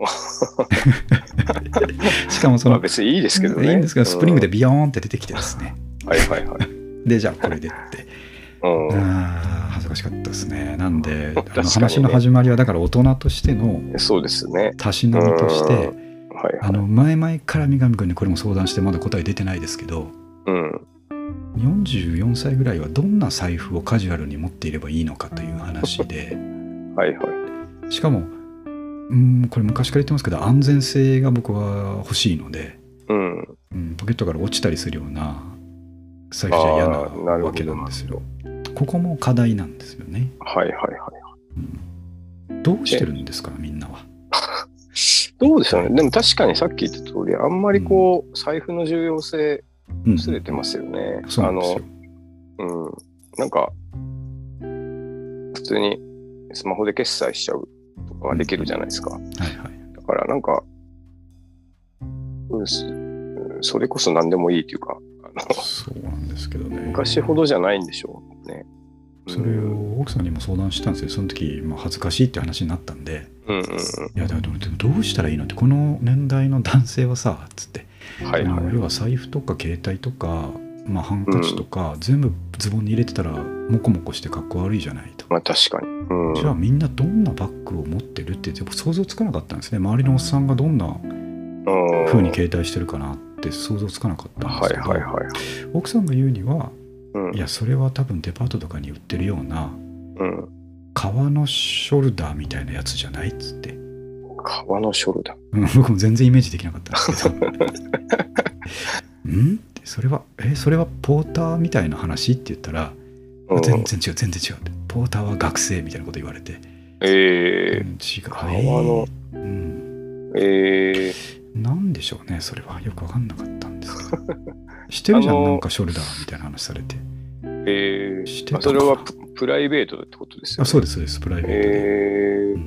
しかもその別にいいですけどね、 いいんですけど、スプリングでビヨーンって出てきてですね、でじゃあこれでって恥ずかしかったですね。なんで話の始まりはだから大人としてのたしなみとして、前々から三上君にこれも相談してまだ答え出てないですけど、44歳ぐらいはどんな財布をカジュアルに持っていればいいのかという話でしかもこれ昔から言ってますけど、安全性が僕は欲しいので、ポケットから落ちたりするような財布じゃ嫌なわけなんですよ。ここも課題なんですよね。どうしてるんですかみんなは。 どうでしょうね。でも確かにさっき言った通り、あんまりこう財布の重要性薄れてますよね。なんか普通にスマホで決済しちゃうとかができるじゃないですか。だからなんか、それこそ何でもいいっていうか、 そうなんですけどね。 昔ほどじゃないんでしょうね。 それを奥さんにも相談したんですよ。その時、恥ずかしいって話になったんで、いやでもどうしたらいいのって、この年代の男性はさつって、要は財布とか携帯とか、ハンカチとか、全部ズボンに入れてたらモコモコしてかっこ悪いじゃないと。 確かに。 じゃあみんなどんなバッグを持ってるって想像つかなかったんですね。周りのおっさんがどんな風に携帯してるかなって想像つかなかったんですけど、奥さんが言うには、いやそれは多分デパートとかに売ってるような、革のショルダーみたいなやつじゃないっつって。 革のショルダー、 僕も全然イメージできなかったんですけどそれはポーターみたいな話って言ったら、全然違うって、ポーターは学生みたいなこと言われて、違う、革のなんでしょうね、それはよく分かんなかったんですけどしてるじゃん、なんかショルダーみたいな話されて、 それはプライベートってことですよね。 そうですプライベートで、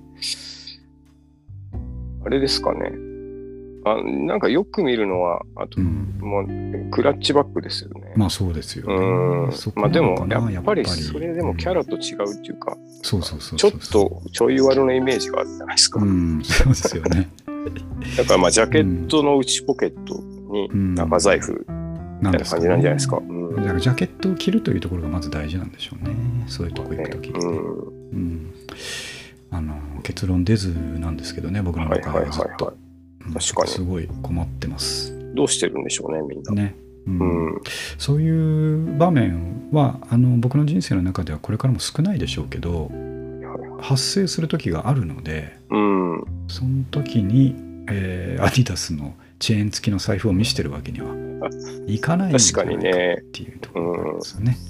あれですかね、なんかよく見るのはもうクラッチバッグですよね。 そうですよね。でもやっぱりそれでもキャラと違うっていうか、ちょっとちょい悪なイメージがあるじゃないですか。 そうですよね。 だからジャケットの内ポケットに長財布みたいな感じなんじゃないですか。 だからジャケットを着るというところがまず大事なんでしょうね。そういうとこ行くときにね。結論出ずなんですけどね、僕の中ではずっと。確かにすごい困ってます。 どうしてるんでしょうね、みんなね。そういう場面は僕の人生の中ではこれからも少ないでしょうけど、発生する時があるので、その時に、アディダスのチェーン付きの財布を見せてるわけにはいかないんじゃないかっていうところなんですよね。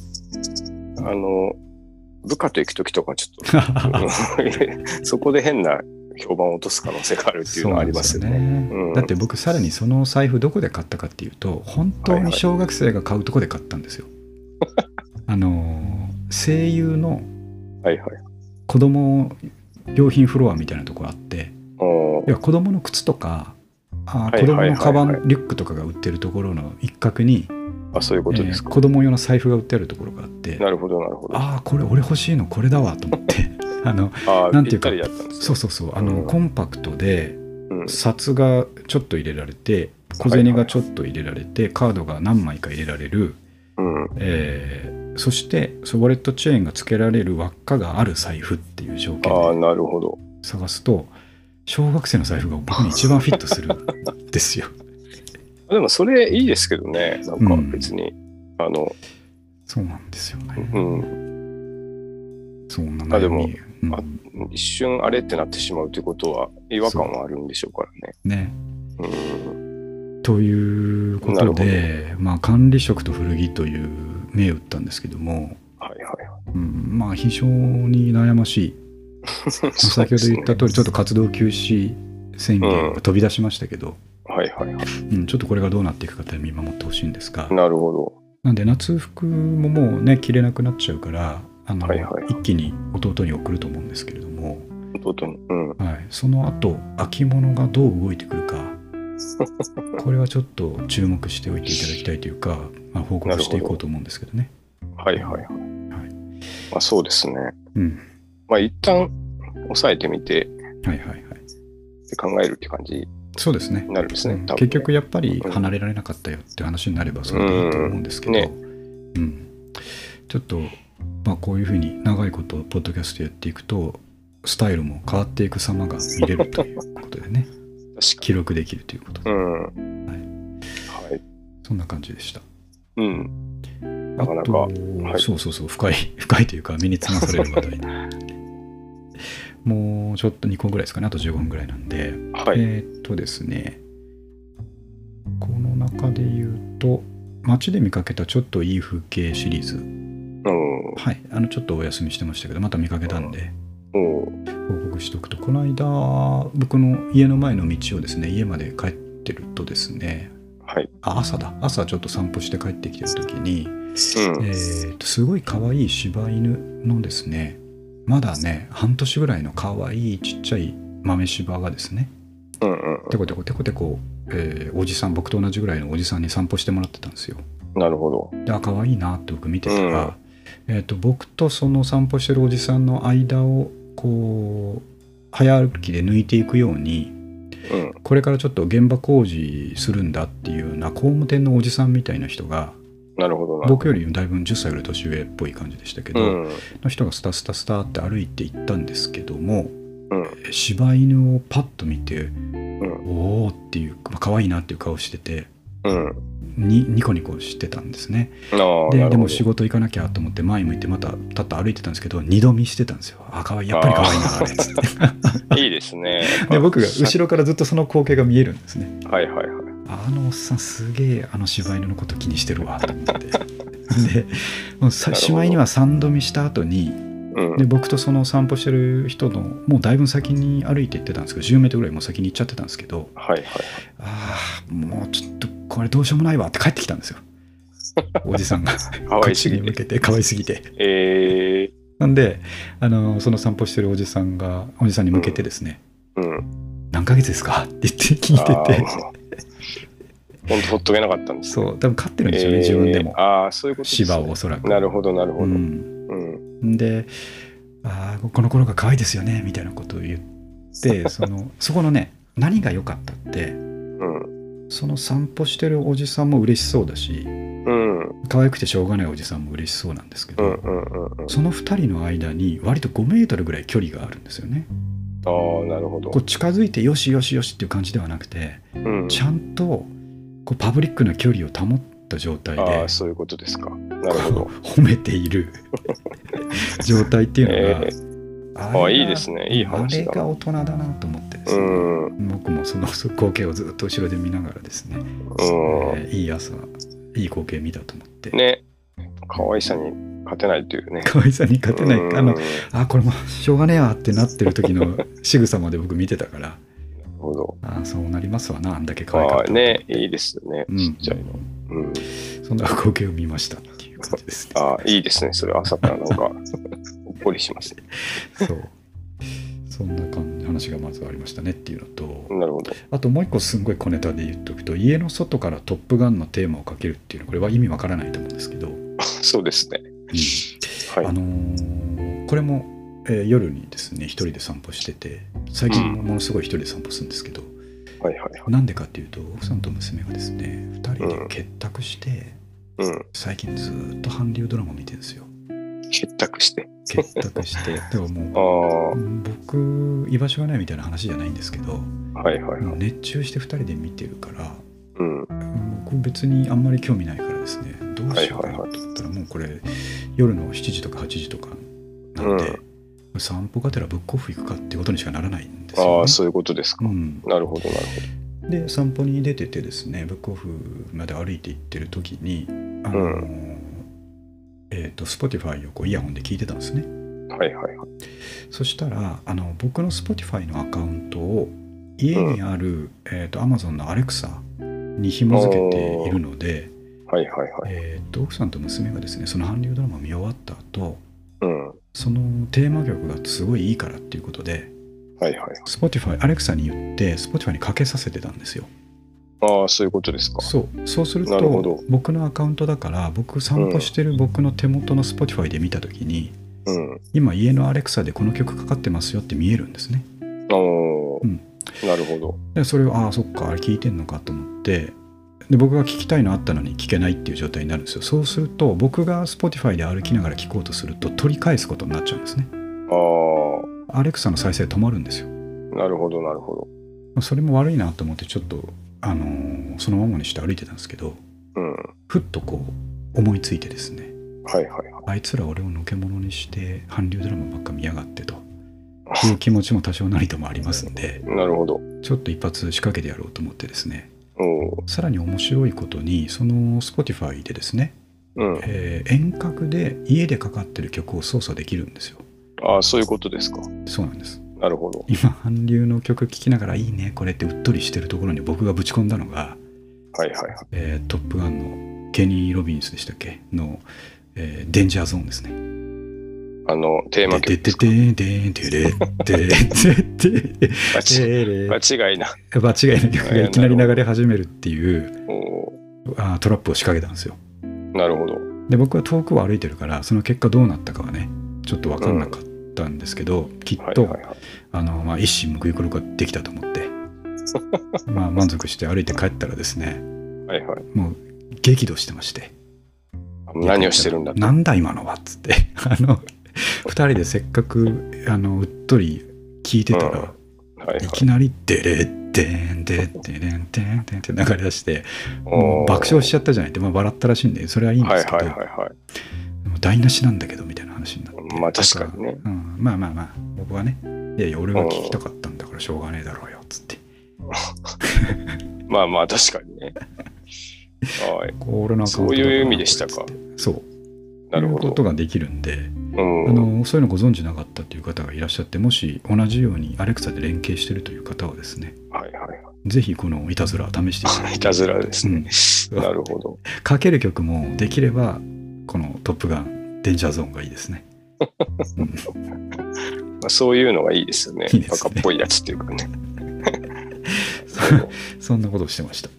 部下と行く時とかちょっとそこで変な評判を落とす可能性があるっていうのはありますよね。 だって僕さらにその財布どこで買ったかっていうと、本当に小学生が買うとこで買ったんですよ。 声優のはいはい。 子供用品フロアみたいなところあって、いや子供の靴とか子供のカバン、リュックとかが売ってるところの一角に、 そういうことですか。 子供用の財布が売ってあるところがあって、 なるほどなるほど。 これ俺欲しいのこれだわと思ってなんていうか、そうコンパクトで、札がちょっと入れられて、小銭がちょっと入れられて、カードが何枚か入れられる、そしてウォレットチェーンが付けられる輪っかがある財布っていう条件で探すと、小学生の財布が僕に一番フィットするんですよ。 でもそれいいですけどね、なんか別に、 そうなんですよね。そうなんだ。でも、一瞬あれってなってしまうということは違和感はあるんでしょうからね。 ということで、管理職と古着という銘打ったんですけども、非常に悩ましい。先ほど言った通り、ちょっと活動休止宣言が飛び出しましたけど、ちょっとこれがどうなっていくかって見守ってほしいんですが、 なるほど。 なんで夏服ももうね着れなくなっちゃうから、一気に弟に送ると思うんですけれども、 弟に、 その後秋物がどう動いてくるかこれはちょっと注目しておいていただきたいというか、報告していこうと思うんですけどね。 そうですね。一旦抑えてみて、って考えるって感じ。 そうですね。 なるんですね。 結局やっぱり離れられなかったよって話になればそれでいいと思うんですけど、ちょっとこういうふうに長いことポッドキャストやっていくとスタイルも変わっていく様が見れるということでね記録できるということで、そんな感じでした。 なかなか、 そう深いというか身につまされる話題もうちょっと2個ぐらいですかね。あと15分ぐらいなんで、ですね、この中で言うと街で見かけたちょっといい風景シリーズ、ちょっとお休みしてましたけどまた見かけたんで報告しておくと、この間僕の家の前の道をですね、家まで帰ってるとですね、朝ちょっと散歩して帰ってきてる時に、すごい可愛い柴犬のですね、まだね半年ぐらいの可愛いちっちゃい豆柴がですね、テコテコ、おじさん、僕と同じぐらいのおじさんに散歩してもらってたんですよ。 なるほど。 で、可愛いなって僕見てたら、僕とその散歩してるおじさんの間をこう早歩きで抜いていくように、これからちょっと現場工事するんだっていうような工務店のおじさんみたいな人が、僕よりだいぶ10歳ぐらい年上っぽい感じでしたけど、の人がスタって歩いていったんですけども、柴犬をパッと見て、おーっていう、可愛いなっていう顔してて、ニコニコしてたんですね。でも仕事行かなきゃと思って前向いてまた立って歩いてたんですけど、二度見してたんですよ。やっぱり可愛いなあれっつっていいですね。 で僕が後ろからずっとその光景が見えるんですね。 あのおっさんすげえ柴犬のこと気にしてるわと思ってでもう柴犬は3度見した後に、で僕とその散歩してる人のもうだいぶ先に歩いて行ってたんですけど、10メートルぐらいもう先に行っちゃってたんですけど、もうちょっとこれどうしようもないわって帰ってきたんですよおじさんがこっちに向けて可愛すぎて、なんでその散歩してるおじさんに向けてですね、何ヶ月ですかって言って聞いてて、 本当ほっとけなかったんです、ね。 そう、多分飼ってるんですよね、自分でも。 そういうことですね。 芝をおそらく。 なるほど。 で、この頃が可愛いですよねみたいなことを言って、そこのね、何が良かったって、その散歩してるおじさんも嬉しそうだし、可愛くてしょうがないおじさんも嬉しそうなんですけど、その2人の間に割と5メートルぐらい距離があるんですよね。 なるほど。 こう近づいてよしよしよしっていう感じではなくて、ちゃんとこうパブリックな距離を保った状態で、 そういうことですか。なるほど。 褒めている状態っていうのが、 いいですね。いい話だ。 あれが大人だなと思ってですね、僕もその光景をずっと後ろで見ながらですね、いい朝、いい光景見たと思ってね、可愛さに勝てないというね。 可愛さに勝てない。これもしょうがねえやってなってる時の仕草まで僕見てたから。そうなりますわな、あんだけ可愛かった。 ね、いいですね。ちっちゃいの。 そんな光景を見ましたっていういう感じですね。 ああ、いいですね。それ朝からの方がほっこりしますね。 そう。そんな話がまずありましたねっていうのと、 なるほど。 あともう一個すんごい小ネタで言っとくと、家の外からトップガンのテーマをかけるっていうのは、これは意味わからないと思うんですけど、 そうですね。 はい、これも、夜にですね、一人で散歩してて、最近ものすごい一人で散歩するんですけど、なんでかっていうと、奥さんと娘がですね、2人で結託して、最近ずっと韓流ドラマ見てるんですよ。 結託して。 だからもう僕居場所がないみたいな話じゃないんですけど、もう熱中して2人で見てるから、僕別にあんまり興味ないからですね、どうしようかなと思ったら、もうこれ夜の7時とか8時とかなんで、散歩がてらブックオフ行くかっていうことにしかならないんですよね。 ああ、そういうことですか。なるほどなるほど。 で散歩に出ててですね、ブックオフまで歩いて行ってる時にSpotify をこうイヤホンで聞いてたんですね。そしたら僕の Spotify のアカウントを家にある、Amazon の Alexa に紐付けているので、奥さんと娘がですね、その韓流ドラマを見終わった後、そのテーマ曲がすごいいいからっていうことで、Spotify、Alexa に言って Spotify にかけさせてたんですよ。 ああ、そういうことですか。 そうすると僕のアカウントだから、僕散歩してる僕の手元の Spotify で見たときに、今家の Alexa でこの曲かかってますよって見えるんですね。 なるほど。 でそれをそっか、あれ聞いてんのかと思って、で僕が聞きたいのあったのに聞けないっていう状態になるんですよ。そうすると僕が Spotify で歩きながら聞こうとすると取り返すことになっちゃうんですね。Alexa の再生止まるんですよ。 なるほどなるほど。それも悪いなと思って、ちょっとそのままにして歩いてたんですけど、ふっとこう思いついてですね、あいつら俺をのけ者にして韓流ドラマばっか見やがってという気持ちも多少なりともありますんで、 なるほど。 ちょっと一発仕掛けてやろうと思ってですね、さらに面白いことに、その Spotify でですね、遠隔で家でかかってる曲を操作できるんですよ。 ああ、そういうことですか。 そうなんです。 なるほど。 今韓流の曲聴きながらいいねこれってうっとりしてるところに僕がぶち込んだのが、トップガンのケニー・ロビンスでしたっけの、デンジャーゾーンですね。 テーマ曲ですか。間違いな曲がいきなり流れ始めるっていうトラップを仕掛けたんですよ。 なるほど。 で僕は遠くを歩いてるから、その結果どうなったかはねちょっと分かんなかったんですけど、きっと一矢報いることができたと思って満足して歩いて帰ったらですね、もう激怒してまして、 何をしてるんだなんだ今のはっつって2人でせっかくうっとり聞いてたら、いきなりデレッデンデッデレンテンテンって流れ出して、もう爆笑しちゃったじゃないって、笑ったらしいんでそれはいいんですけど、台無しなんだけどみたいな話になって、 確かにね、 僕はね、いや俺は聞きたかったんだからしょうがねえだろうよっつって確かにねそういう意味でしたか。 そういうことができるんで、そういうのご存知なかったという方がいらっしゃって、もし同じようにアレクサで連携しているという方はですね、ぜひこのいたずらを試していただいて。 いたずらですね、なるほど。 かける曲もできればこのトップガンデンジャーゾーンがいいですね。 そういうのがいいですよね。バカっぽいやつっていうかね。 そんなことをしてました。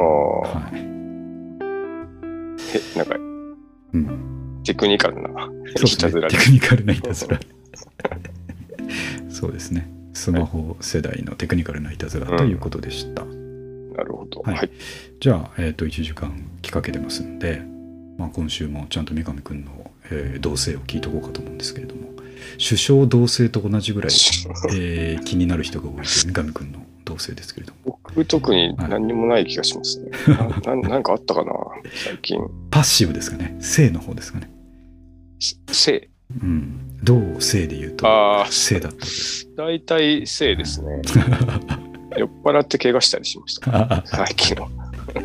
なんか、テクニカルな、 いたずら。テクニカルないたずら。そうですね。スマホ世代のテクニカルないたずらということでした。 なるほど。 じゃあ、1時間きかけてますんで、今週もちゃんと三上くんの、動静を聞いとこうかと思うんですけれども、首相動静と同じぐらい、気になる人が多い三上くんの動静ですけれども。 僕特に何にもない気がしますね。なんかあったかな最近。 パッシブですかね。静の方ですかね。 静。 動静で言うと静だったです。 大体静ですね。酔っ払って怪我したりしました。最近は。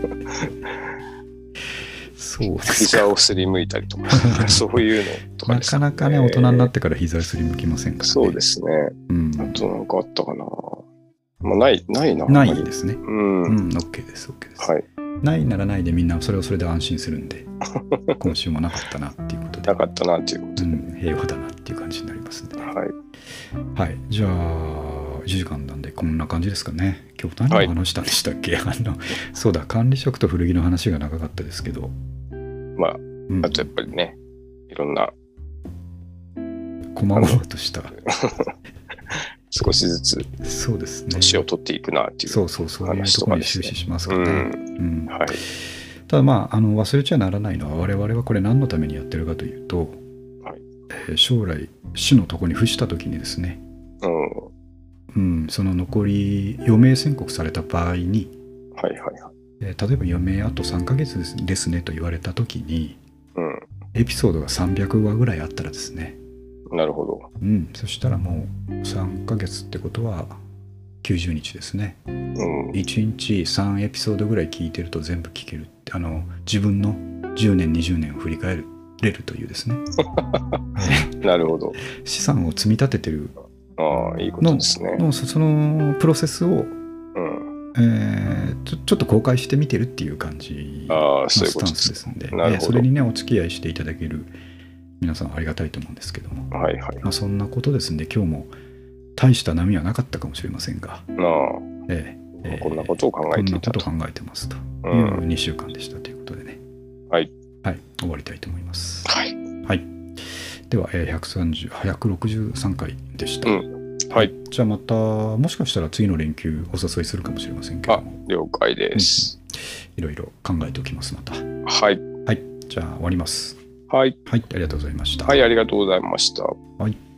そうですか。 膝をすりむいたりとか、そういうのとかですね。 なかなかね、大人になってから膝をすりむきませんからね。 そうですね。あとなんかあったかな。ないな。 ないですね。OK です。 はい。 ないならないでみんなそれはそれで安心するんで今週もなかったなっていうことでなかったなっていうことで、 平和だなっていう感じになりますんでね。 はい、 はい、じゃあ1時間なんでこんな感じですかね。今日何を話したんでしたっけ、そうだ、管理職と古着の話が長かったですけど、 まあ、あとやっぱりね、いろんな細々とした少しずつそうですね、 年を取っていくなっていうそういうところに終始しますかね。 はい、 ただまあ、忘れちゃならないのは我々はこれ何のためにやってるかというと、将来死のとこに伏した時にですね、その残り余命宣告された場合に、例えば余命あと3ヶ月ですねと言われた時に、エピソードが300話ぐらいあったらですね、 なるほど、 そしたらもう3ヶ月ってことは90日ですね、1日3エピソードぐらい聞いてると全部聞けるって、自分の10年20年を振り返れるというですねなるほど、 資産を積み立ててるいいことですね。 そのプロセスを、ちょっと公開してみてるっていう感じのスタンスですんで、それにねお付き合いしていただける皆さんありがたいと思うんですけども、そんなことですんで今日も大した波はなかったかもしれませんが、 こんなことを考えていたと、 こんなことを考えてますという2週間でしたということでね、終わりたいと思います。では、163回でした。じゃあまたもしかしたら次の連休お誘いするかもしれませんけども、 了解です。 いろいろ考えておきますまた。じゃあ終わります。 ありがとうございました。 ありがとうございました。